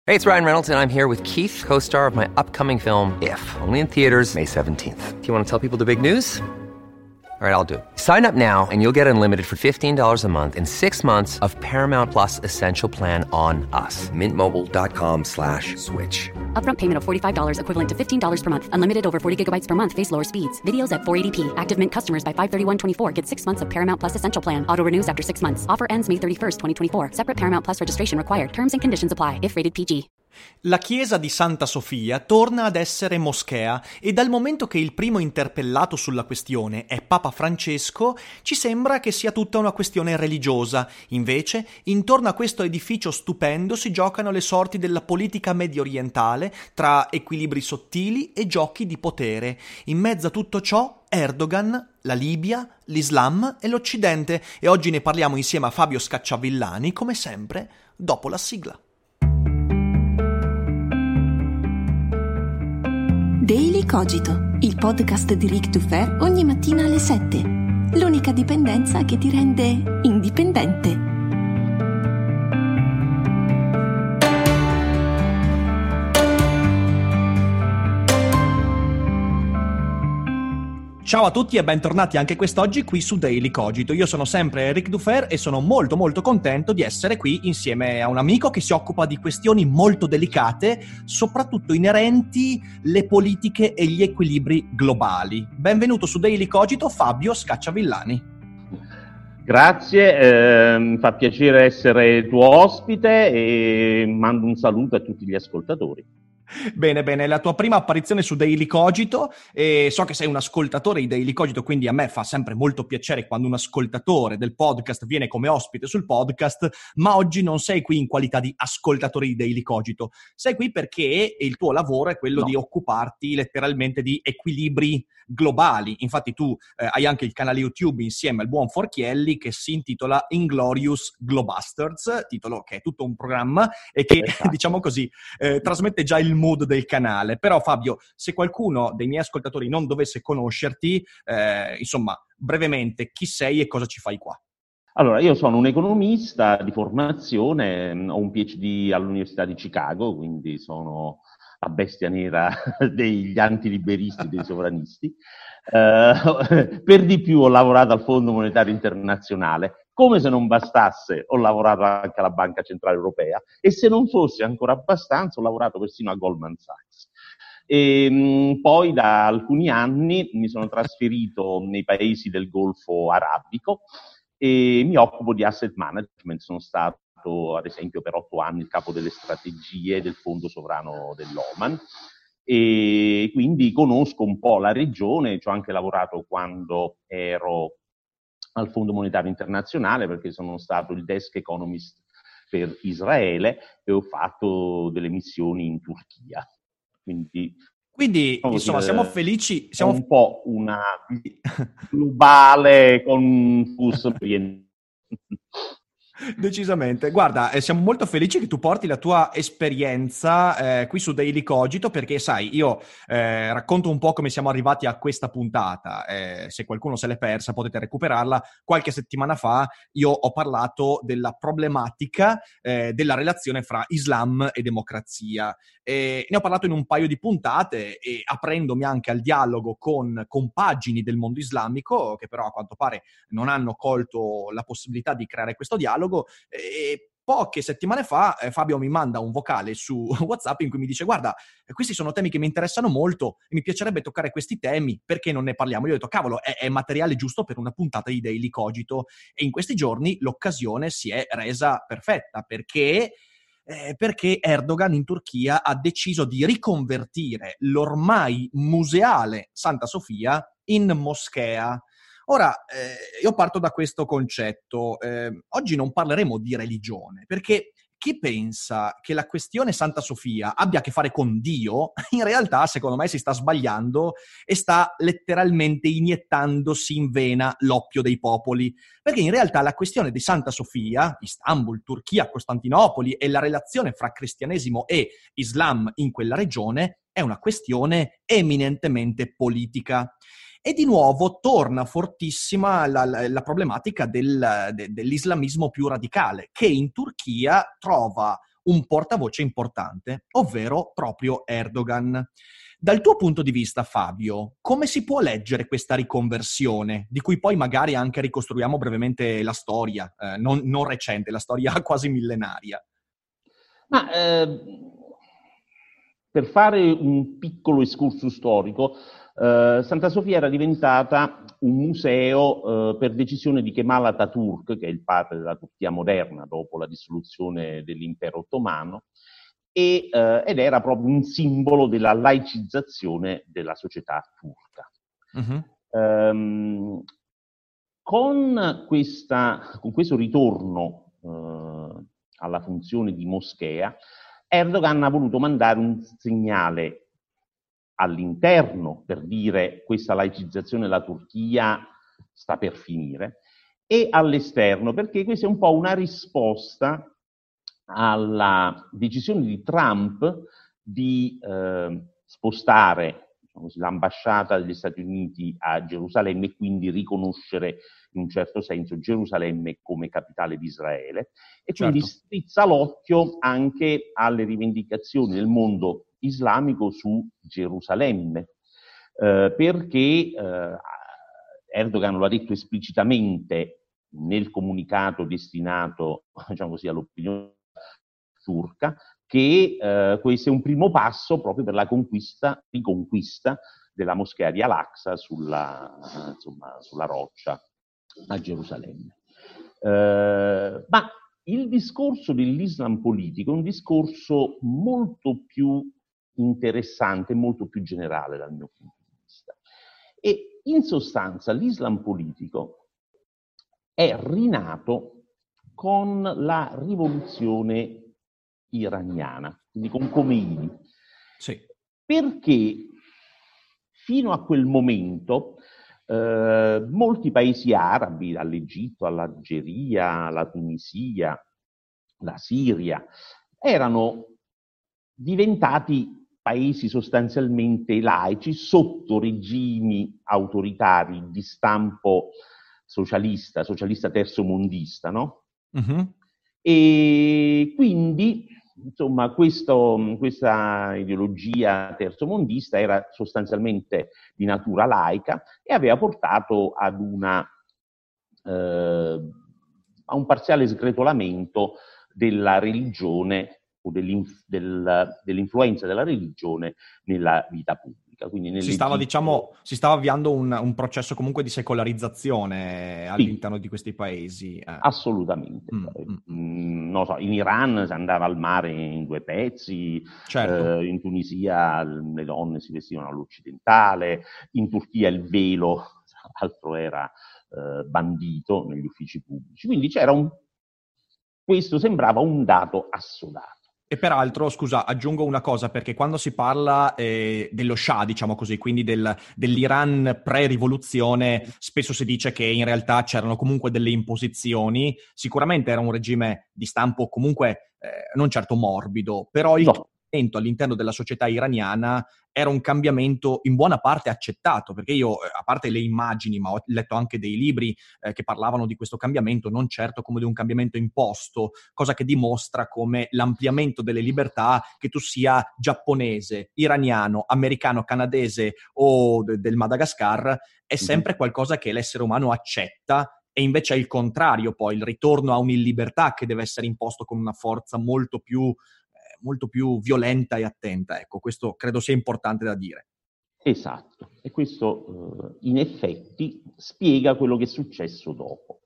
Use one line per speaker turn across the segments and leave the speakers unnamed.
Hey, it's Ryan Reynolds, and I'm here with Keith, co-star of my upcoming film, If, only in theaters May 17th. Do you want to tell people the big news? All right, I'll do it. Sign up now and you'll get unlimited for $15 a month and 6 months of Paramount Plus Essential Plan on us. MintMobile.com/switch.
Upfront payment of $45 equivalent to $15 per month. Unlimited over 40 gigabytes per month. Face lower speeds. Videos at 480p. Active Mint customers by 531.24 get 6 months of Paramount Plus Essential Plan. Auto renews after 6 months. Offer ends May 31st, 2024. Separate Paramount Plus registration required. Terms and conditions apply if rated PG.
La chiesa di Santa Sofia torna ad essere moschea e dal momento che il primo interpellato sulla questione è Papa Francesco, ci sembra che sia tutta una questione religiosa. Invece, intorno a questo edificio stupendo si giocano le sorti della politica medio orientale tra equilibri sottili e giochi di potere. In mezzo a tutto ciò, Erdogan, la Libia, l'Islam e l'Occidente. E oggi ne parliamo insieme a Fabio Scacciavillani, come sempre, dopo la sigla.
Daily Cogito, il podcast di Ric Dufer ogni mattina alle 7. L'unica dipendenza che ti rende indipendente.
Ciao a tutti e bentornati anche quest'oggi qui su Daily Cogito. Io sono sempre Ric Dufer e sono molto contento di essere qui insieme a un amico che si occupa di questioni molto delicate, soprattutto inerenti alle politiche e gli equilibri globali. Benvenuto su Daily Cogito, Fabio Scacciavillani.
Grazie, mi fa piacere essere tuo ospite e mando un saluto a tutti gli ascoltatori.
Bene, la tua prima apparizione su Daily Cogito, e so che sei un ascoltatore di Daily Cogito, quindi a me fa sempre molto piacere quando un ascoltatore del podcast viene come ospite sul podcast, ma oggi non sei qui in qualità di ascoltatore di Daily Cogito, sei qui perché il tuo lavoro è quello di occuparti letteralmente di equilibri globali. Infatti tu hai anche il canale YouTube insieme al buon Forchielli che si intitola Inglorious Globusters, titolo che è tutto un programma e che diciamo così trasmette già il mood del canale. Però Fabio, se qualcuno dei miei ascoltatori non dovesse conoscerti, insomma, brevemente, chi sei e cosa ci fai qua?
Allora, io sono un economista di formazione, ho un PhD all'Università di Chicago, quindi sono la bestia nera degli antiliberisti, dei sovranisti. Per di più ho lavorato al Fondo Monetario Internazionale. Come se non bastasse, ho lavorato anche alla Banca Centrale Europea e se non fosse ancora abbastanza, ho lavorato persino a Goldman Sachs. E poi da alcuni anni mi sono trasferito nei paesi del Golfo Arabico e mi occupo di asset management. Sono stato ad esempio per 8 anni il capo delle strategie del Fondo Sovrano dell'Oman e quindi conosco un po' la regione. Ci ho anche lavorato quando ero al Fondo Monetario Internazionale perché sono stato il desk economist per Israele e ho fatto delle missioni in Turchia. Quindi
insomma, siamo felici. Siamo
un po' una globale con FUS.
Decisamente. Guarda, siamo molto felici che tu porti la tua esperienza qui su Daily Cogito perché, sai, io racconto un po' come siamo arrivati a questa puntata. Se qualcuno se l'è persa potete recuperarla. Qualche settimana fa io ho parlato della problematica della relazione fra Islam e democrazia. Ne ho parlato in un paio di puntate e aprendomi anche al dialogo con compagini del mondo islamico che però a quanto pare non hanno colto la possibilità di creare questo dialogo. E poche settimane fa Fabio mi manda un vocale su WhatsApp in cui mi dice: guarda, questi sono temi che mi interessano molto e mi piacerebbe toccare questi temi, perché non ne parliamo? Io ho detto: cavolo, è materiale giusto per una puntata di Daily Cogito. E in questi giorni l'occasione si è resa perfetta perché Erdogan in Turchia ha deciso di riconvertire l'ormai museale Santa Sofia in moschea. Ora, io parto da questo concetto. Oggi non parleremo di religione, perché chi pensa che la questione Santa Sofia abbia a che fare con Dio, in realtà, secondo me, si sta sbagliando e sta letteralmente iniettandosi in vena l'oppio dei popoli. Perché in realtà la questione di Santa Sofia, Istanbul, Turchia, Costantinopoli e la relazione fra cristianesimo e Islam in quella regione è una questione eminentemente politica. E di nuovo torna fortissima la problematica dell'islamismo più radicale, che in Turchia trova un portavoce importante, ovvero proprio Erdogan. Dal tuo punto di vista, Fabio, come si può leggere questa riconversione, di cui poi magari anche ricostruiamo brevemente la storia, non recente, la storia quasi millenaria?
Ma per fare un piccolo excursus storico, Santa Sofia era diventata un museo per decisione di Kemal Atatürk, che è il padre della Turchia moderna dopo la dissoluzione dell'impero ottomano, ed era proprio un simbolo della laicizzazione della società turca.
Uh-huh.
Con questo ritorno alla funzione di moschea, Erdogan ha voluto mandare un segnale all'interno per dire questa laicizzazione della Turchia sta per finire, e all'esterno perché questa è un po' una risposta alla decisione di Trump di spostare, diciamo così, l'ambasciata degli Stati Uniti a Gerusalemme e quindi riconoscere in un certo senso Gerusalemme come capitale di Israele, e quindi strizza l'occhio anche alle rivendicazioni del mondo islamico su Gerusalemme, perché Erdogan lo ha detto esplicitamente nel comunicato destinato, diciamo così, all'opinione turca, che questo è un primo passo proprio per la riconquista della moschea di Al-Aqsa sulla roccia a Gerusalemme. Ma il discorso dell'Islam politico è un discorso molto più interessante, molto più generale dal mio punto di vista. E in sostanza l'Islam politico è rinato con la rivoluzione iraniana, quindi con Khomeini.
Sì.
Perché fino a quel momento molti paesi arabi, dall'Egitto all'Algeria, alla Tunisia, la Siria, erano diventati paesi sostanzialmente laici sotto regimi autoritari di stampo socialista terzomondista, no?
Uh-huh.
E quindi, insomma, questa ideologia terzomondista era sostanzialmente di natura laica e aveva portato a un parziale sgretolamento della religione o dell'influenza della religione nella vita pubblica. Quindi
si stava avviando un processo comunque di secolarizzazione all'interno di questi paesi.
Assolutamente. Non so, in Iran si andava al mare in due pezzi,
certo.
In Tunisia le donne si vestivano all'occidentale, in Turchia il velo, tra l'altro, era bandito negli uffici pubblici. Quindi questo sembrava un dato assodato.
E peraltro, scusa, aggiungo una cosa, perché quando si parla dello Shah, diciamo così, quindi dell'Iran pre-rivoluzione, spesso si dice che in realtà c'erano comunque delle imposizioni. Sicuramente era un regime di stampo comunque non certo morbido, però il cambiamento all'interno della società iraniana era un cambiamento in buona parte accettato, perché io, a parte le immagini, ma ho letto anche dei libri che parlavano di questo cambiamento, non certo come di un cambiamento imposto, cosa che dimostra come l'ampliamento delle libertà, che tu sia giapponese, iraniano, americano, canadese o del Madagascar, è sempre qualcosa che l'essere umano accetta, e invece è il contrario poi, il ritorno a un'illibertà che deve essere imposto con una forza molto più violenta e attenta. Ecco, questo credo sia importante da dire.
Esatto, e questo in effetti spiega quello che è successo dopo.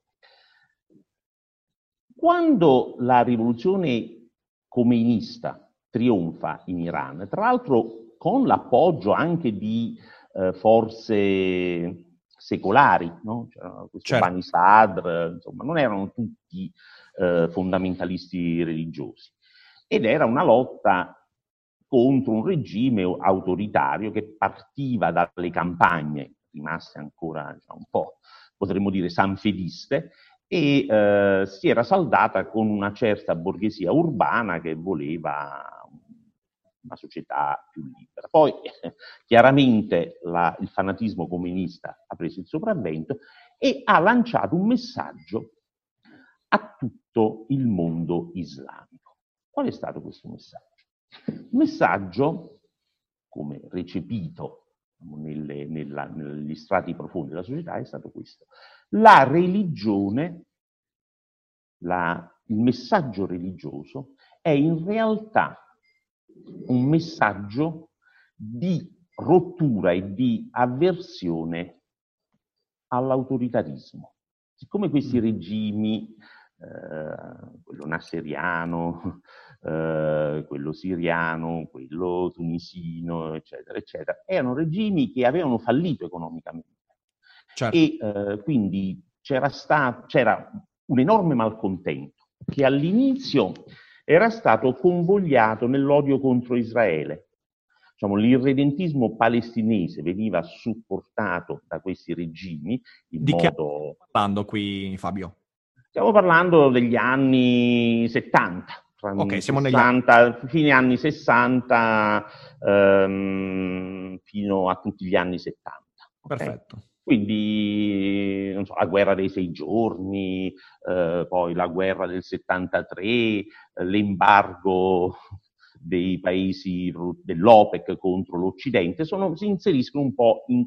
Quando la rivoluzione khomeinista trionfa in Iran, tra l'altro con l'appoggio anche di forze secolari, no? C'era questo Bani Sadr, insomma, non erano tutti fondamentalisti religiosi. Ed era una lotta contro un regime autoritario che partiva dalle campagne, rimaste ancora un po', potremmo dire, sanfediste, e si era saldata con una certa borghesia urbana che voleva una società più libera. Poi chiaramente il fanatismo comunista ha preso il sopravvento e ha lanciato un messaggio a tutto il mondo islamico. Qual è stato questo messaggio? Il messaggio, come recepito negli strati profondi della società, è stato questo. La religione, il messaggio religioso è in realtà un messaggio di rottura e di avversione all'autoritarismo. Siccome questi regimi, quello nasseriano, quello siriano, quello tunisino, eccetera, eccetera, erano regimi che avevano fallito economicamente.
Certo.
E quindi c'era un enorme malcontento che all'inizio era stato convogliato nell'odio contro Israele. Diciamo, l'irredentismo palestinese veniva supportato da questi regimi in
Di che
modo...
stiamo parlando qui, Fabio?
Stiamo parlando degli anni 70.
Ok, siamo
60, fine anni 60 fino a tutti gli anni 70. Okay?
Perfetto.
Quindi, non so, la guerra dei 6 giorni, poi la guerra del 73, l'embargo dei paesi dell'OPEC contro l'Occidente, si inseriscono un po' in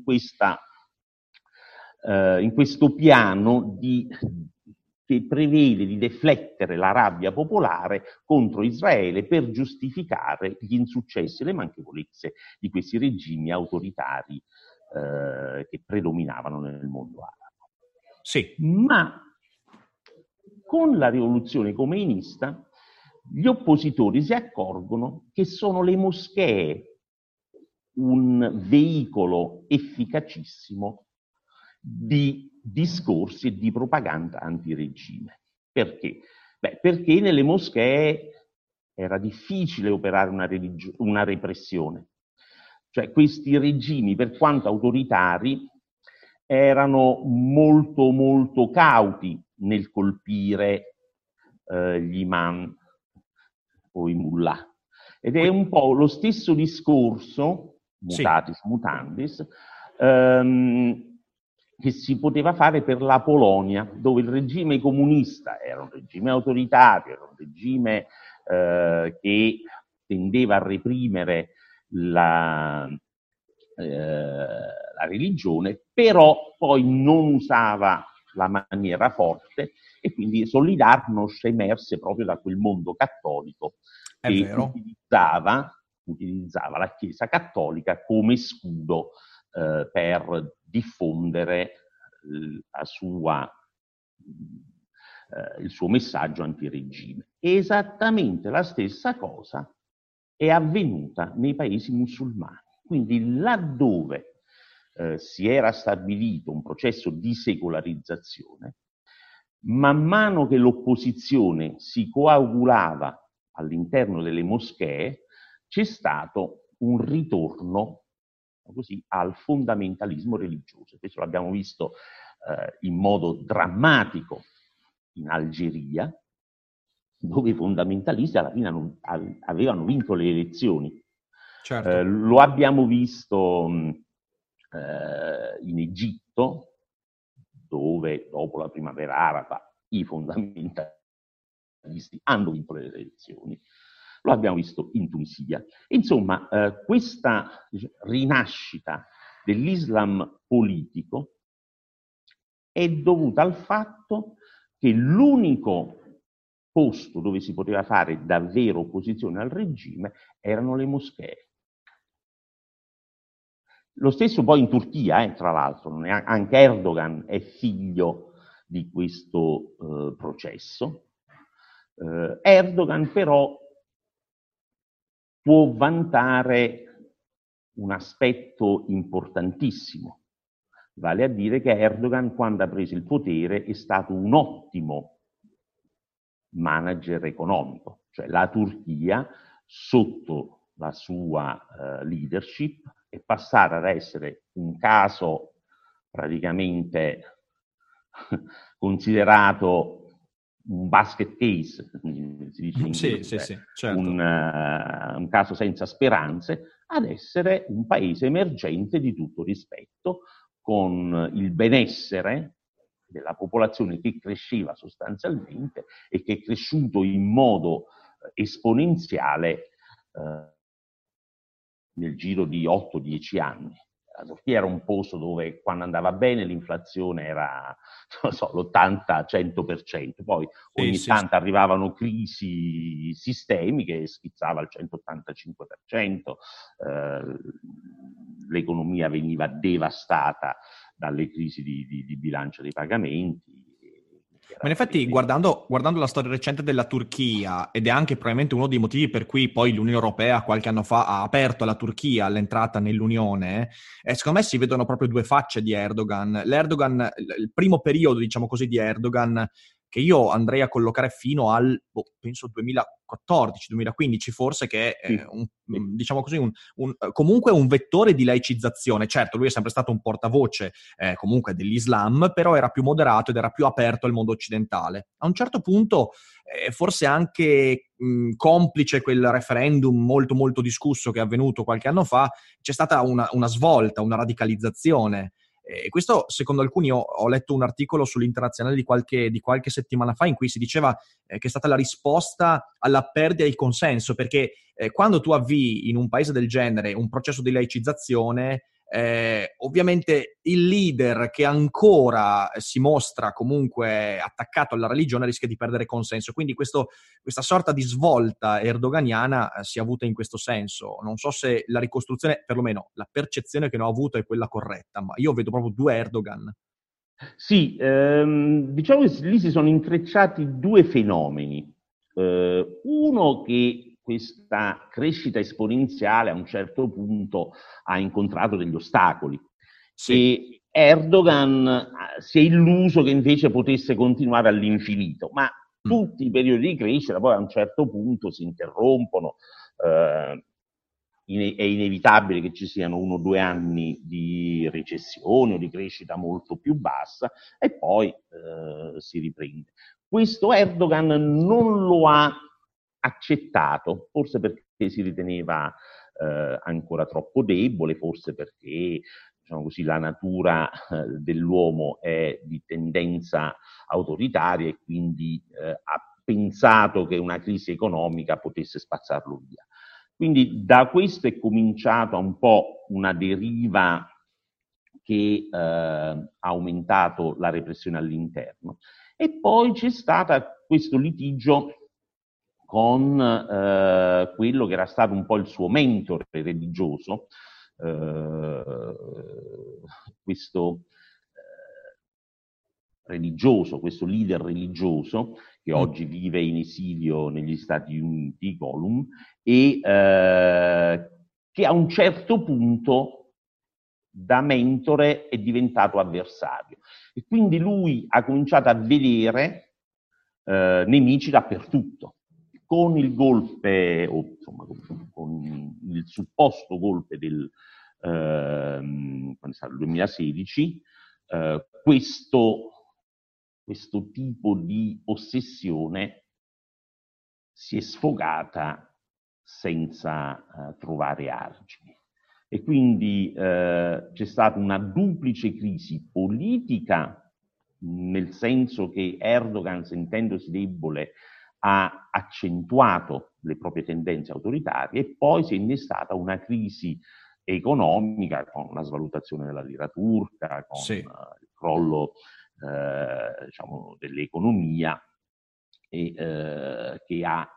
questo piano che prevede di deflettere la rabbia popolare contro Israele per giustificare gli insuccessi e le manchevolezze di questi regimi autoritari che predominavano nel mondo arabo.
Sì.
Ma con la rivoluzione khomeinista gli oppositori si accorgono che sono le moschee un veicolo efficacissimo di discorsi e di propaganda antiregime. Perché? Perché nelle moschee era difficile operare una repressione. Cioè questi regimi, per quanto autoritari, erano molto molto cauti nel colpire gli imam o i mullah. Ed è un po' lo stesso discorso, mutatis mutandis, che si poteva fare per la Polonia, dove il regime comunista era un regime autoritario, era un regime che tendeva a reprimere la religione, però poi non usava la maniera forte, e quindi Solidarnosc emerse proprio da quel mondo cattolico che utilizzava la Chiesa cattolica come scudo per diffondere il suo messaggio antiregime. Esattamente la stessa cosa è avvenuta nei paesi musulmani. Quindi laddove si era stabilito un processo di secolarizzazione, man mano che l'opposizione si coagulava all'interno delle moschee, c'è stato un ritorno così al fondamentalismo religioso. Questo l'abbiamo visto in modo drammatico in Algeria, dove i fondamentalisti alla fine avevano vinto le elezioni.
Certo.
Lo abbiamo visto in Egitto, dove dopo la primavera araba i fondamentalisti hanno vinto le elezioni. Lo abbiamo visto in Tunisia. Insomma, questa rinascita dell'Islam politico è dovuta al fatto che l'unico posto dove si poteva fare davvero opposizione al regime erano le moschee. Lo stesso poi in Turchia, tra l'altro, anche Erdogan è figlio di questo processo. Erdogan però può vantare un aspetto importantissimo, vale a dire che Erdogan, quando ha preso il potere, è stato un ottimo manager economico. Cioè la Turchia, sotto la sua leadership, è passata ad essere un caso praticamente considerato un basket case, si dice in inglese,
sì, certo.
un caso senza speranze, ad essere un paese emergente di tutto rispetto, con il benessere della popolazione che cresceva sostanzialmente e che è cresciuto in modo esponenziale nel giro di 8-10 anni. La Turchia era un posto dove quando andava bene l'inflazione era, non so, l'80-100%, poi ogni tanto arrivavano crisi sistemiche, schizzava al 185%, l'economia veniva devastata dalle crisi di bilancio dei pagamenti.
Ma in effetti, guardando la storia recente della Turchia, ed è anche probabilmente uno dei motivi per cui poi l'Unione Europea qualche anno fa ha aperto la Turchia all'entrata nell'Unione, secondo me si vedono proprio due facce di Erdogan. L'Erdogan, il primo periodo, diciamo così, di Erdogan, che io andrei a collocare fino al, penso 2014-2015 forse, che è diciamo così, comunque un vettore di laicizzazione. Certo, lui è sempre stato un portavoce comunque dell'Islam, però era più moderato ed era più aperto al mondo occidentale. A un certo punto, forse anche complice quel referendum molto molto discusso che è avvenuto qualche anno fa, c'è stata una svolta, una radicalizzazione. E questo, secondo alcuni, ho letto un articolo sull'Internazionale di qualche settimana fa in cui si diceva che è stata la risposta alla perdita di consenso, perché quando tu avvii in un paese del genere un processo di laicizzazione, ovviamente il leader che ancora si mostra comunque attaccato alla religione rischia di perdere consenso. Quindi questa sorta di svolta erdoganiana si è avuta in questo senso. Non so se la ricostruzione, perlomeno la percezione che ne ho avuto è quella corretta, ma io vedo proprio due Erdogan.
Sì, diciamo che lì si sono intrecciati due fenomeni. Uno, che questa crescita esponenziale a un certo punto ha incontrato degli ostacoli. Sì. E Erdogan si è illuso che invece potesse continuare all'infinito, ma tutti i periodi di crescita poi a un certo punto si interrompono. È inevitabile che ci siano 1 o 2 anni di recessione o di crescita molto più bassa e poi si riprende. Questo Erdogan non lo ha accettato, forse perché si riteneva ancora troppo debole, forse perché, diciamo così, la natura dell'uomo è di tendenza autoritaria e quindi ha pensato che una crisi economica potesse spazzarlo via. Quindi da questo è cominciata un po' una deriva che ha aumentato la repressione all'interno. E poi c'è stato questo litigio con quello che era stato un po' il suo mentore religioso, questo leader religioso che oggi vive in esilio negli Stati Uniti, Gollum, e che a un certo punto da mentore è diventato avversario. E quindi lui ha cominciato a vedere nemici dappertutto. Con il golpe, o insomma con il supposto golpe del 2016, questo tipo di ossessione si è sfogata senza trovare argini. E quindi c'è stata una duplice crisi politica, nel senso che Erdogan, sentendosi debole, ha accentuato le proprie tendenze autoritarie, e poi si è innestata una crisi economica con la svalutazione della lira turca, con il crollo diciamo, dell'economia, e che ha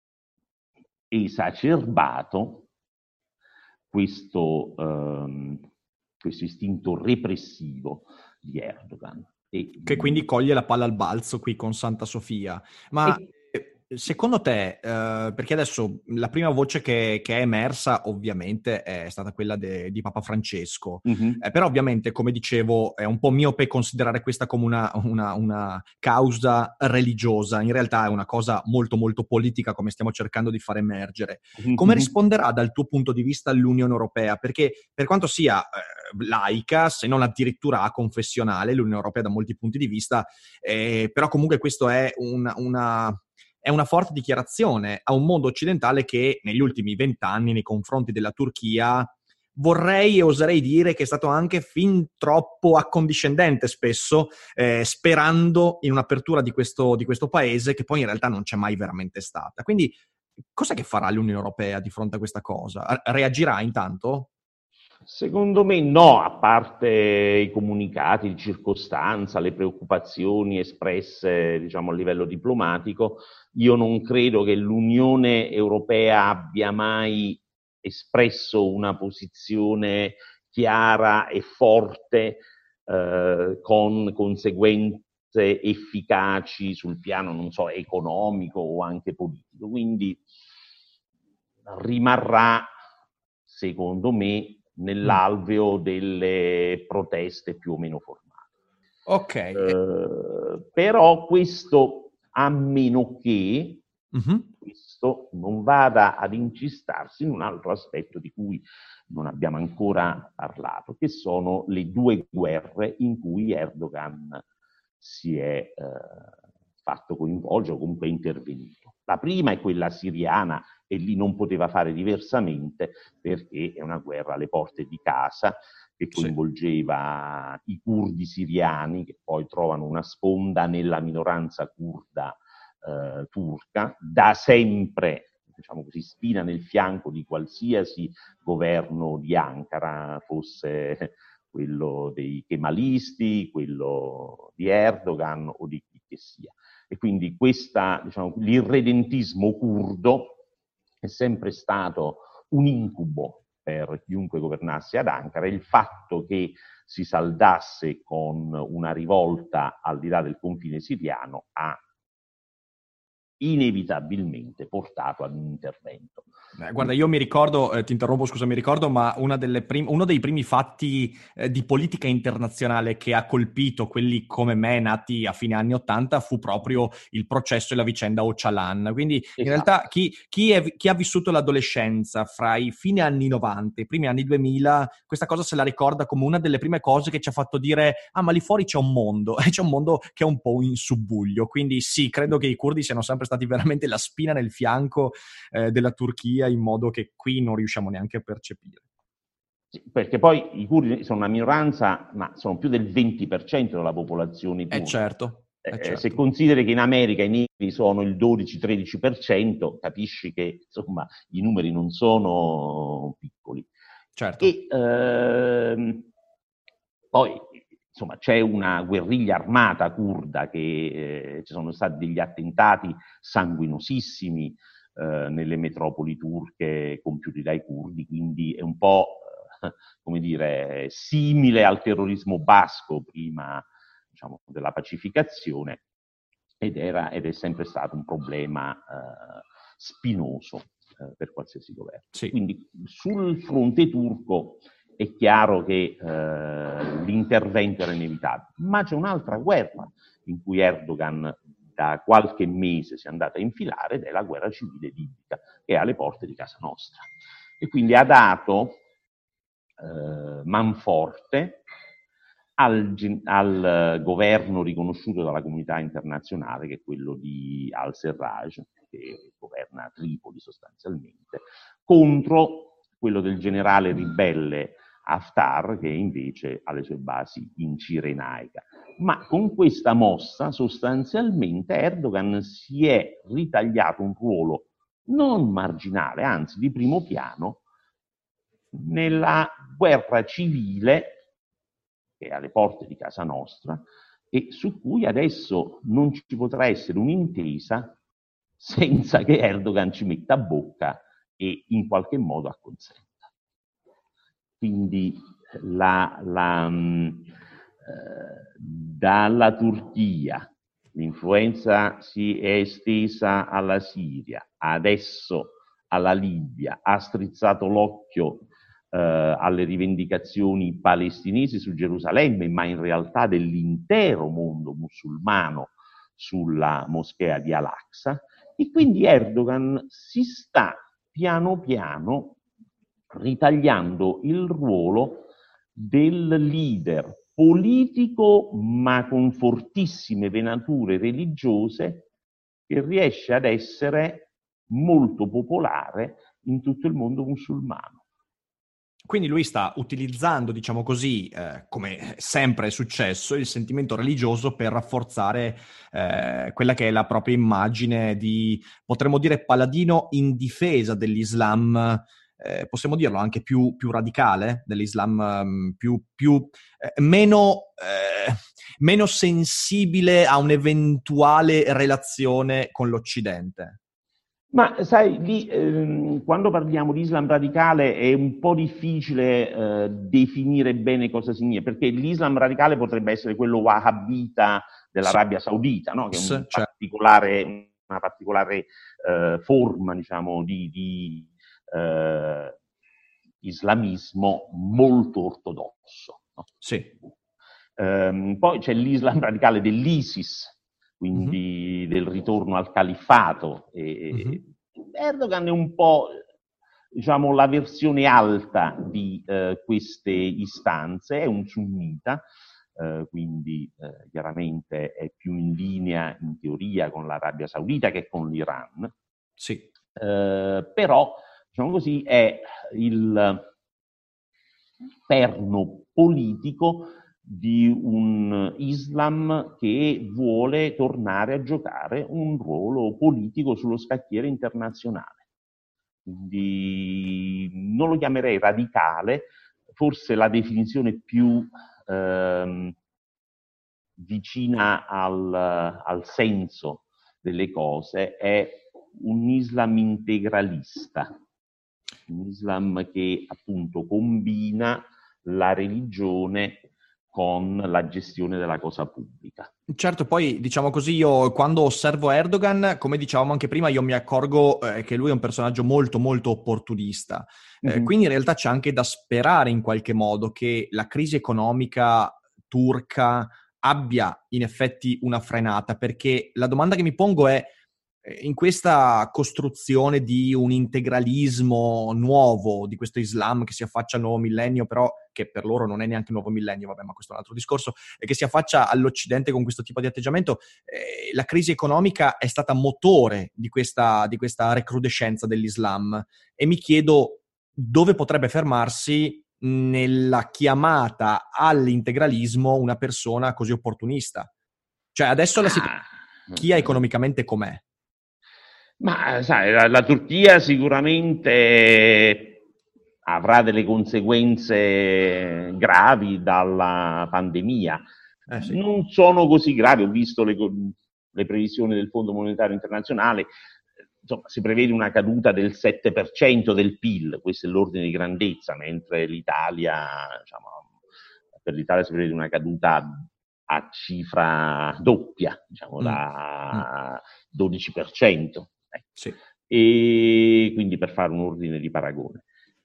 esacerbato questo istinto repressivo di Erdogan.
Che quindi coglie la palla al balzo qui con Santa Sofia. Ma secondo te, perché adesso la prima voce che è emersa ovviamente è stata quella di Papa Francesco, però ovviamente, come dicevo, è un po' miope considerare questa come una causa religiosa. In realtà è una cosa molto molto politica, come stiamo cercando di far emergere. Come risponderà dal tuo punto di vista l'Unione Europea? Perché per quanto sia laica, se non addirittura confessionale, l'Unione Europea da molti punti di vista, però comunque questo è una forte dichiarazione a un mondo occidentale che negli ultimi 20 anni nei confronti della Turchia vorrei e oserei dire che è stato anche fin troppo accondiscendente spesso, sperando in un'apertura di questo paese che poi in realtà non c'è mai veramente stata. Quindi cos'è che farà l'Unione Europea di fronte a questa cosa? Reagirà intanto?
Secondo me no, a parte i comunicati di circostanza, le preoccupazioni espresse, diciamo, a livello diplomatico, io non credo che l'Unione Europea abbia mai espresso una posizione chiara e forte, con conseguenze efficaci sul piano, non so, economico o anche politico. Quindi rimarrà, secondo me, nell'alveo delle proteste più o meno formali.
Ok.
Però questo, a meno che questo non vada ad incistarsi in un altro aspetto di cui non abbiamo ancora parlato, che sono le due guerre in cui Erdogan si è fatto coinvolgere o comunque è intervenuto. La prima è quella siriana, e lì non poteva fare diversamente perché è una guerra alle porte di casa che coinvolgeva i curdi siriani, che poi trovano una sponda nella minoranza curda turca, da sempre, diciamo così, spina nel fianco di qualsiasi governo di Ankara, fosse quello dei kemalisti, quello di Erdogan o di chi che sia. E quindi diciamo, l'irredentismo curdo è sempre stato un incubo per chiunque governasse ad Ankara. Il fatto che si saldasse con una rivolta al di là del confine siriano ha inevitabilmente portato ad un intervento.
Guarda, io mi ricordo, ti interrompo, scusa, mi ricordo, ma uno dei primi fatti di politica internazionale che ha colpito quelli come me nati a fine anni '80 fu proprio il processo e la vicenda Öcalan. Quindi in realtà chi ha vissuto l'adolescenza fra i fine anni '90 e i primi anni 2000, questa cosa se la ricorda come una delle prime cose che ci ha fatto dire ma lì fuori c'è un mondo, e c'è un mondo che è un po' in subbuglio. Quindi sì, credo che i curdi siano sempre stati veramente la spina nel fianco della Turchia, in modo che qui non riusciamo neanche a percepire.
Sì, perché poi i curdi sono una minoranza, ma sono più del 20% della popolazione turca.
Certo.
Se consideri che in America i neri sono il 12-13%, capisci che insomma i numeri non sono piccoli.
Certo.
E poi insomma c'è una guerriglia armata curda che ci sono stati degli attentati sanguinosissimi nelle metropoli turche compiuti dai curdi, quindi è un po' come dire, simile al terrorismo basco prima, diciamo, della pacificazione, ed è sempre stato un problema spinoso per qualsiasi governo.
Sì.
Quindi sul fronte turco è chiaro che l'intervento era inevitabile, ma c'è un'altra guerra in cui Erdogan da qualche mese si è andato a infilare, ed è la guerra civile libica, che è alle porte di casa nostra. E quindi ha dato manforte al governo riconosciuto dalla comunità internazionale, che è quello di al-Serraj, che governa Tripoli sostanzialmente, contro quello del generale ribelle Haftar, che invece ha le sue basi in Cirenaica. Ma con questa mossa sostanzialmente Erdogan si è ritagliato un ruolo non marginale, anzi di primo piano, nella guerra civile che è alle porte di casa nostra e su cui adesso non ci potrà essere un'intesa senza che Erdogan ci metta a bocca e in qualche modo acconsenta. Quindi dalla Turchia l'influenza si è estesa alla Siria, adesso alla Libia, ha strizzato l'occhio alle rivendicazioni palestinesi su Gerusalemme, ma in realtà dell'intero mondo musulmano sulla moschea di Al-Aqsa, e quindi Erdogan si sta piano piano ritagliando il ruolo del leader politico, ma con fortissime venature religiose, che riesce ad essere molto popolare in tutto il mondo musulmano.
Quindi lui sta utilizzando, diciamo così, come sempre è successo, il sentimento religioso per rafforzare quella che è la propria immagine di, potremmo dire, paladino in difesa dell'Islam, possiamo dirlo anche più radicale, dell'Islam meno sensibile a un'eventuale relazione con l'Occidente.
Ma sai, lì quando parliamo di Islam radicale è un po' difficile definire bene cosa significa, perché l'Islam radicale potrebbe essere quello wahhabita dell'Arabia Saudita, no? Che è una particolare forma, diciamo, di islamismo molto ortodosso. No?
Sì.
Poi c'è l'Islam radicale dell'ISIS, quindi del ritorno al califfato. Erdogan è un po', diciamo, la versione alta di queste istanze, è un sunnita, quindi chiaramente è più in linea in teoria con l'Arabia Saudita che con l'Iran.
Sì.
Però, diciamo così, è il perno politico di un Islam che vuole tornare a giocare un ruolo politico sullo scacchiere internazionale. Quindi non lo chiamerei radicale, forse la definizione più vicina al senso delle cose è un Islam integralista, un Islam che appunto combina la religione con la gestione della cosa pubblica.
Certo, poi diciamo così, io quando osservo Erdogan, come dicevamo anche prima, io mi accorgo che lui è un personaggio molto molto opportunista. Quindi in realtà c'è anche da sperare in qualche modo che la crisi economica turca abbia in effetti una frenata, perché la domanda che mi pongo è, in questa costruzione di un integralismo nuovo, di questo Islam che si affaccia al nuovo millennio, però che per loro non è neanche il nuovo millennio, vabbè, ma questo è un altro discorso, e che si affaccia all'Occidente con questo tipo di atteggiamento, la crisi economica è stata motore di questa recrudescenza dell'Islam, e mi chiedo dove potrebbe fermarsi nella chiamata all'integralismo una persona così opportunista. Cioè adesso chi è economicamente com'è?
Ma sai, la Turchia sicuramente avrà delle conseguenze gravi dalla pandemia.
Sì.
Non sono così gravi, ho visto le previsioni del Fondo Monetario Internazionale, insomma, si prevede una caduta del 7% del PIL, questo è l'ordine di grandezza, mentre l'Italia, diciamo, per l'Italia si prevede una caduta a cifra doppia, diciamo da 12%.
Sì.
E quindi per fare un ordine di paragone.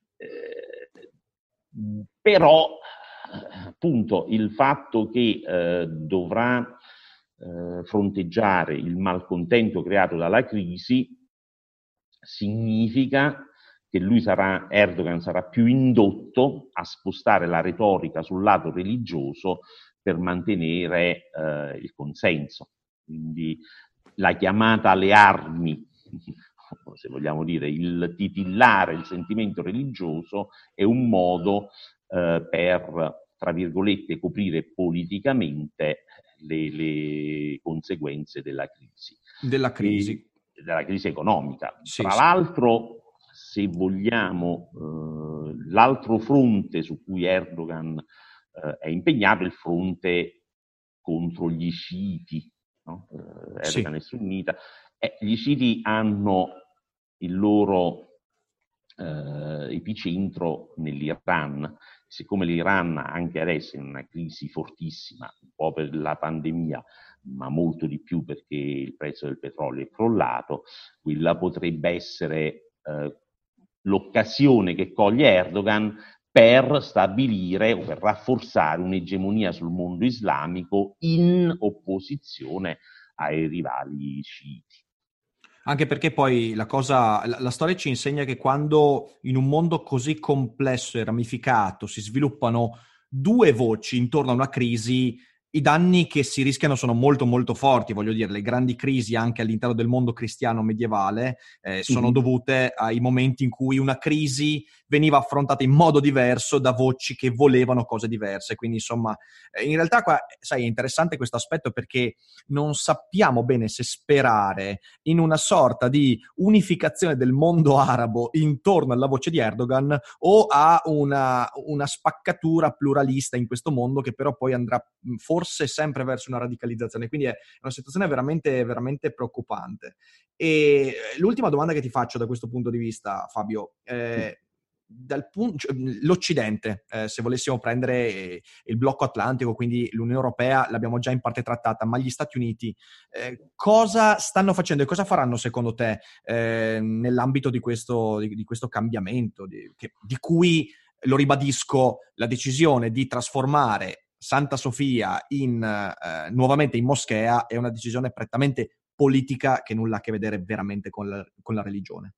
Però appunto il fatto che dovrà fronteggiare il malcontento creato dalla crisi significa che Erdogan sarà più indotto a spostare la retorica sul lato religioso per mantenere il consenso. Quindi la chiamata alle armi, se vogliamo dire, il titillare il sentimento religioso è un modo per, tra virgolette, coprire politicamente le conseguenze della crisi.
Della crisi
economica.
Sì,
Tra l'altro, se vogliamo, l'altro fronte su cui Erdogan è impegnato è il fronte contro gli sciiti. No? Erdogan è sunnita. Gli sciiti hanno il loro epicentro nell'Iran. Siccome l'Iran anche adesso è in una crisi fortissima, un po' per la pandemia, ma molto di più perché il prezzo del petrolio è crollato, quella potrebbe essere l'occasione che coglie Erdogan per stabilire o per rafforzare un'egemonia sul mondo islamico in opposizione ai rivali sciiti.
Anche perché poi la storia ci insegna che quando in un mondo così complesso e ramificato si sviluppano due voci intorno a una crisi, i danni che si rischiano sono molto molto forti, voglio dire, le grandi crisi anche all'interno del mondo cristiano medievale sono dovute ai momenti in cui una crisi veniva affrontata in modo diverso da voci che volevano cose diverse, quindi insomma in realtà qua, sai, è interessante questo aspetto perché non sappiamo bene se sperare in una sorta di unificazione del mondo arabo intorno alla voce di Erdogan o a una spaccatura pluralista in questo mondo che però poi andrà forse sempre verso una radicalizzazione. Quindi è una situazione veramente, veramente preoccupante. E l'ultima domanda che ti faccio da questo punto di vista, Fabio, l'Occidente, se volessimo prendere il blocco atlantico, quindi l'Unione Europea, l'abbiamo già in parte trattata, ma gli Stati Uniti, cosa stanno facendo e cosa faranno secondo te nell'ambito di questo cambiamento, di cui, lo ribadisco, la decisione di trasformare Santa Sofia nuovamente in moschea è una decisione prettamente politica che nulla ha a che vedere veramente con la religione.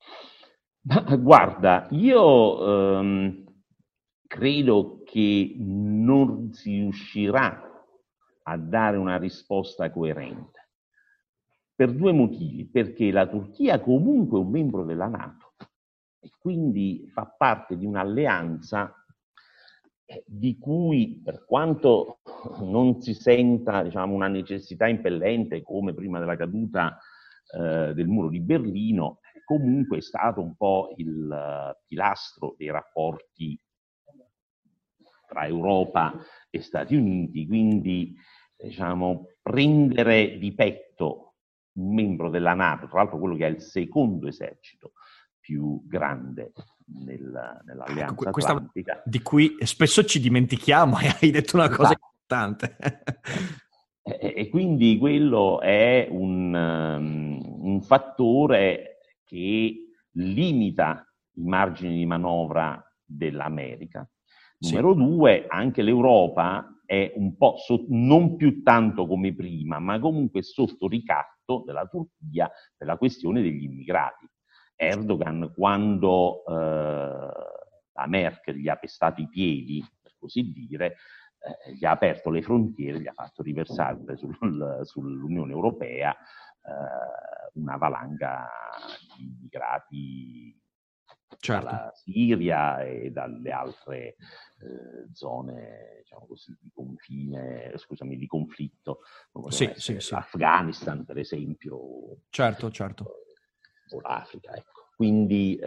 Guarda, io credo che non si riuscirà a dare una risposta coerente per due motivi: perché la Turchia comunque è un membro della NATO e quindi fa parte di un'alleanza di cui, per quanto non si senta, diciamo, una necessità impellente come prima della caduta del muro di Berlino, comunque è stato un po' il pilastro dei rapporti tra Europa e Stati Uniti, quindi diciamo prendere di petto un membro della NATO, tra l'altro quello che ha il secondo esercito più grande nell'alleanza atlantica,
di cui spesso ci dimentichiamo, e hai detto una cosa importante.
E quindi quello è un fattore che limita i margini di manovra dell'America. Numero due, anche l'Europa è un po' non più tanto come prima, ma comunque sotto ricatto della Turchia per la questione degli immigrati. Erdogan, quando la Merkel gli ha pestato i piedi, per così dire, gli ha aperto le frontiere, gli ha fatto riversare sull'Unione Europea una valanga di immigrati dalla Siria e dalle altre zone, diciamo così, di confine, scusami, di conflitto, come l'Afghanistan, per esempio.
Certo.
O l'Africa, ecco. Quindi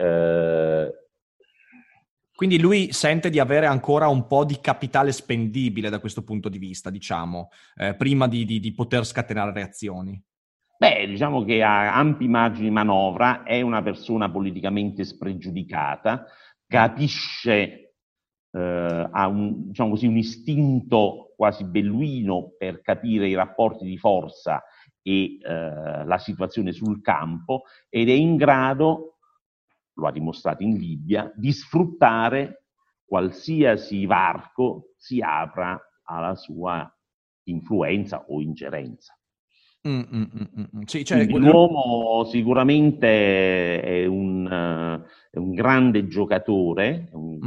lui sente di avere ancora un po' di capitale spendibile da questo punto di vista, diciamo, prima di poter scatenare reazioni.
Beh, diciamo che ha ampi margini di manovra, è una persona politicamente spregiudicata, capisce, ha diciamo così, un istinto quasi belluino per capire i rapporti di forza e la situazione sul campo, ed è in grado, lo ha dimostrato in Libia, di sfruttare qualsiasi varco si apra alla sua influenza o ingerenza.
Sì, cioè,
l'uomo sicuramente è un grande giocatore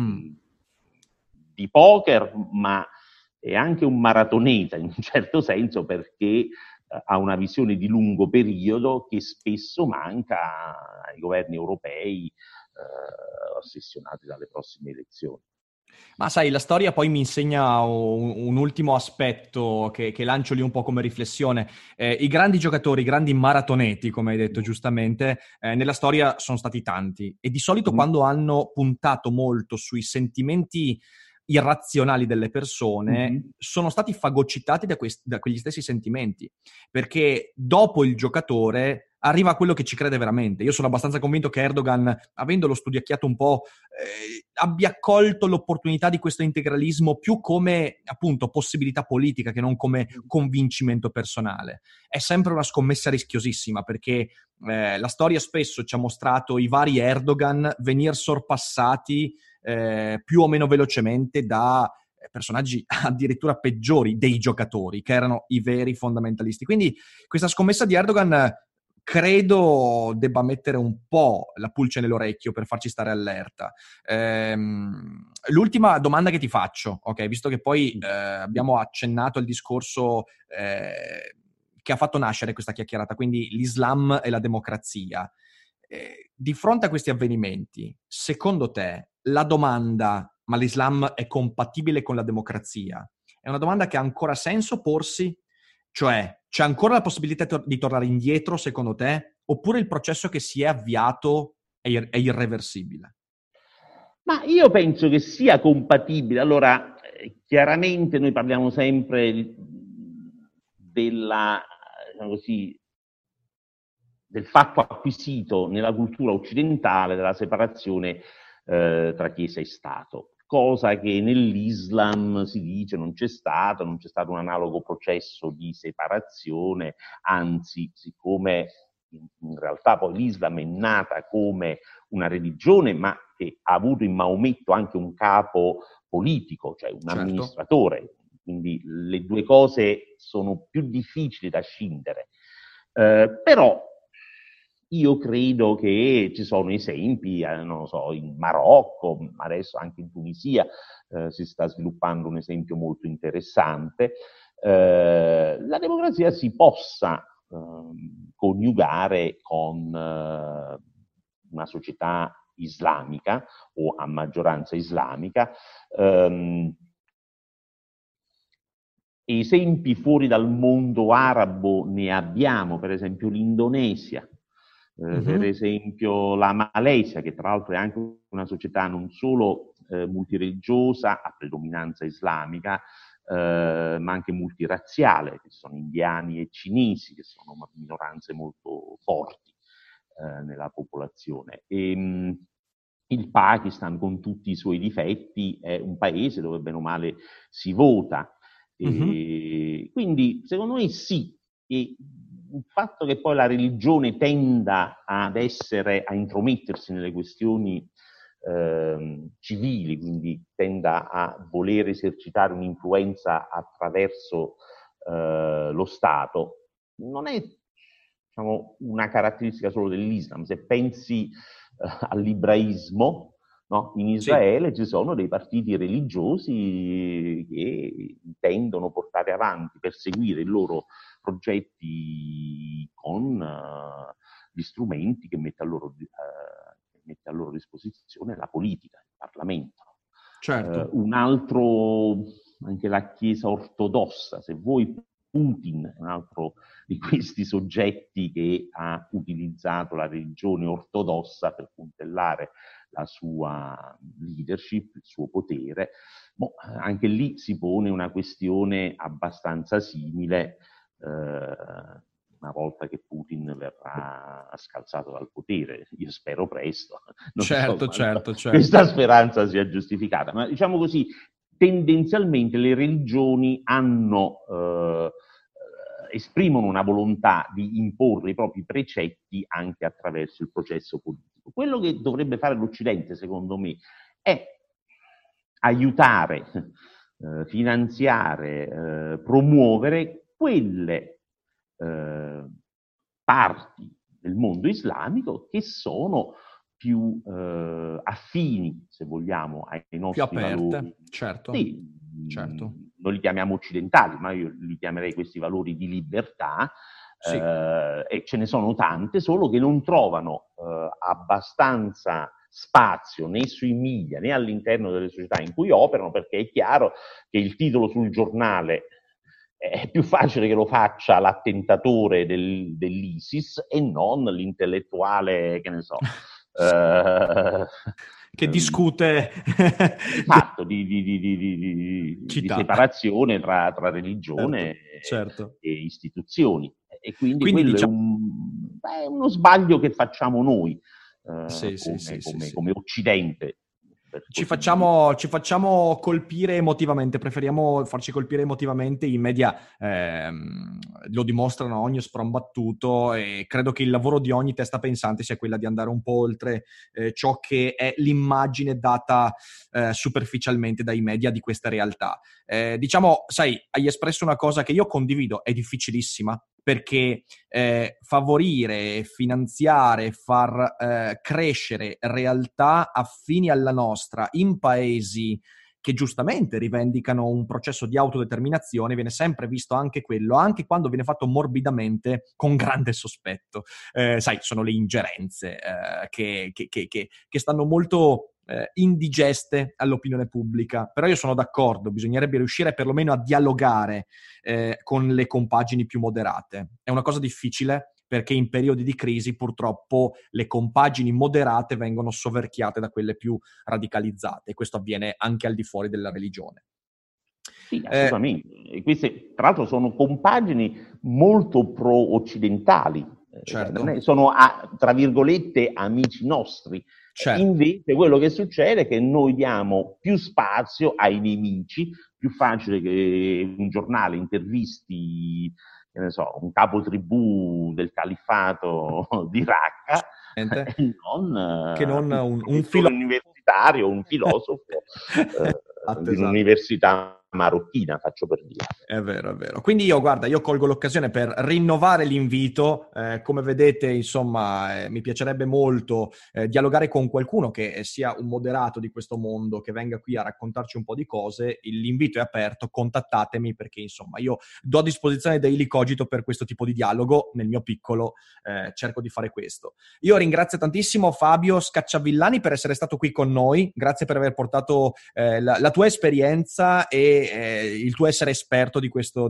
di poker, ma è anche un maratoneta in un certo senso, perché ha una visione di lungo periodo che spesso manca ai governi europei ossessionati dalle prossime elezioni.
Ma sai, la storia poi mi insegna un ultimo aspetto che lancio lì un po' come riflessione. I grandi giocatori, i grandi maratoneti, come hai detto giustamente, nella storia sono stati tanti, e di solito quando hanno puntato molto sui sentimenti irrazionali delle persone sono stati fagocitati da quegli stessi sentimenti, perché dopo il giocatore arriva quello che ci crede veramente. Io sono abbastanza convinto che Erdogan, avendolo studiacchiato un po', abbia colto l'opportunità di questo integralismo più come, appunto, possibilità politica che non come convincimento personale. È sempre una scommessa rischiosissima, perché la storia spesso ci ha mostrato i vari Erdogan venir sorpassati più o meno velocemente da personaggi addirittura peggiori dei giocatori, che erano i veri fondamentalisti. Quindi questa scommessa di Erdogan credo debba mettere un po' la pulce nell'orecchio per farci stare allerta. L'ultima domanda che ti faccio, ok, visto che poi abbiamo accennato al discorso che ha fatto nascere questa chiacchierata, quindi l'Islam e la democrazia. Di fronte a questi avvenimenti, secondo te la domanda ma l'Islam è compatibile con la democrazia è una domanda che ha ancora senso porsi? Cioè, c'è ancora la possibilità di tornare indietro, secondo te? Oppure il processo che si è avviato è irreversibile?
Ma io penso che sia compatibile. Allora, chiaramente noi parliamo sempre della, diciamo così, del fatto acquisito nella cultura occidentale della separazione tra Chiesa e Stato, cosa che nell'Islam si dice non c'è stato un analogo processo di separazione, anzi, siccome in realtà poi l'Islam è nata come una religione, ma che ha avuto in Maometto anche un capo politico, cioè un amministratore, quindi le due cose sono più difficili da scindere. Però io credo che ci sono esempi, non lo so, in Marocco, adesso anche in Tunisia si sta sviluppando un esempio molto interessante. La democrazia si possa coniugare con una società islamica o a maggioranza islamica. Esempi fuori dal mondo arabo ne abbiamo, per esempio l'Indonesia, per esempio la Malesia, che tra l'altro è anche una società non solo multireligiosa, a predominanza islamica, ma anche multirazziale, che sono indiani e cinesi, che sono minoranze molto forti nella popolazione. Il Pakistan, con tutti i suoi difetti, è un paese dove bene o male si vota. Quindi secondo me sì, e il fatto che poi la religione tenda a intromettersi nelle questioni civili, quindi tenda a voler esercitare un'influenza attraverso lo Stato, non è, diciamo, una caratteristica solo dell'Islam. Se pensi all'ebraismo, no? In Israele ci sono dei partiti religiosi che intendono portare avanti, perseguire i loro progetti con gli strumenti che mette a loro disposizione la politica, il Parlamento.
Certo.
Un altro, anche la Chiesa ortodossa, se vuoi, Putin è un altro di questi soggetti che ha utilizzato la religione ortodossa per puntellare la sua leadership, il suo potere. Anche lì si pone una questione abbastanza simile una volta che Putin verrà scalzato dal potere. Io spero presto. Non so
certo.
Questa speranza sia giustificata, ma diciamo così, tendenzialmente le religioni esprimono una volontà di imporre i propri precetti anche attraverso il processo politico. Quello che dovrebbe fare l'Occidente, secondo me, è aiutare, finanziare, promuovere quelle parti del mondo islamico che sono più affini, se vogliamo, ai nostri
più aperte,
valori.
Certo.
Noi li chiamiamo occidentali, ma io li chiamerei questi valori di libertà, e ce ne sono tante, solo che non trovano abbastanza spazio né sui media né all'interno delle società in cui operano, perché è chiaro che il titolo sul giornale è più facile che lo faccia l'attentatore dell'ISIS e non l'intellettuale, che ne so,
che discute
esatto, di separazione tra religione e istituzioni. E quindi quello diciamo è uno sbaglio che facciamo noi come Occidente.
Ci facciamo colpire emotivamente, preferiamo farci colpire emotivamente, i media lo dimostrano a ogni sprombattuto, e credo che il lavoro di ogni testa pensante sia quella di andare un po' oltre ciò che è l'immagine data superficialmente dai media di questa realtà. Diciamo, sai, hai espresso una cosa che io condivido, è difficilissima, perché favorire, finanziare, far crescere realtà affini alla nostra in paesi che giustamente rivendicano un processo di autodeterminazione, viene sempre visto anche quello, anche quando viene fatto morbidamente con grande sospetto. Sai, sono le ingerenze che stanno molto indigeste all'opinione pubblica, però io sono d'accordo, bisognerebbe riuscire perlomeno a dialogare con le compagini più moderate. È una cosa difficile, perché in periodi di crisi purtroppo le compagini moderate vengono soverchiate da quelle più radicalizzate, e questo avviene anche al di fuori della religione.
Sì, assolutamente. Queste, tra l'altro, sono compagini molto pro-occidentali,
Certo.
Sono, tra virgolette, amici nostri.
Certo.
Invece quello che succede è che noi diamo più spazio ai nemici, più facile che un giornale intervisti, che ne so, un capo tribù del califfato di Raqqa,
che non un
universitario, un filosofo di un'università marocchina, faccio per dire.
È vero, è vero. Quindi io colgo l'occasione per rinnovare l'invito. Come vedete, insomma, mi piacerebbe molto dialogare con qualcuno che sia un moderato di questo mondo, che venga qui a raccontarci un po' di cose. L'invito è aperto, contattatemi, perché insomma io do a disposizione Daily Cogito per questo tipo di dialogo. Nel mio piccolo cerco di fare questo. Io ringrazio tantissimo Fabio Scacciavillani per essere stato qui con noi. Grazie per aver portato la tua esperienza e il tuo essere esperto di questa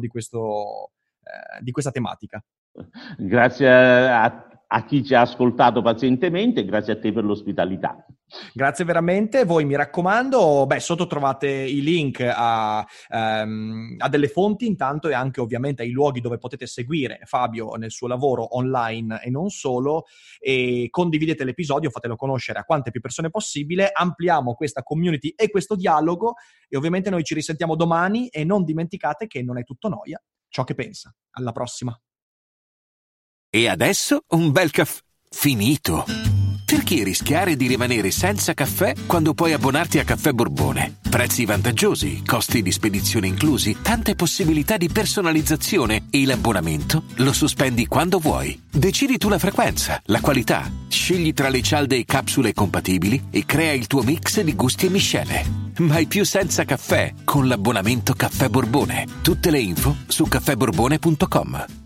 tematica.
Grazie a chi ci ha ascoltato pazientemente e grazie a te per l'ospitalità.
Grazie veramente. Voi, mi raccomando, sotto trovate i link a delle fonti intanto, e anche ovviamente ai luoghi dove potete seguire Fabio nel suo lavoro online e non solo, e condividete l'episodio, fatelo conoscere a quante più persone possibile, ampliamo questa community e questo dialogo, e ovviamente noi ci risentiamo domani, e non dimenticate che non è tutto noia ciò che pensa. Alla prossima.
E adesso un bel caffè finito. Perché rischiare di rimanere senza caffè quando puoi abbonarti a Caffè Borbone? Prezzi vantaggiosi, costi di spedizione inclusi, tante possibilità di personalizzazione, e l'abbonamento lo sospendi quando vuoi. Decidi tu la frequenza, la qualità, scegli tra le cialde e capsule compatibili e crea il tuo mix di gusti e miscele. Mai più senza caffè con l'abbonamento Caffè Borbone. Tutte le info su caffèborbone.com.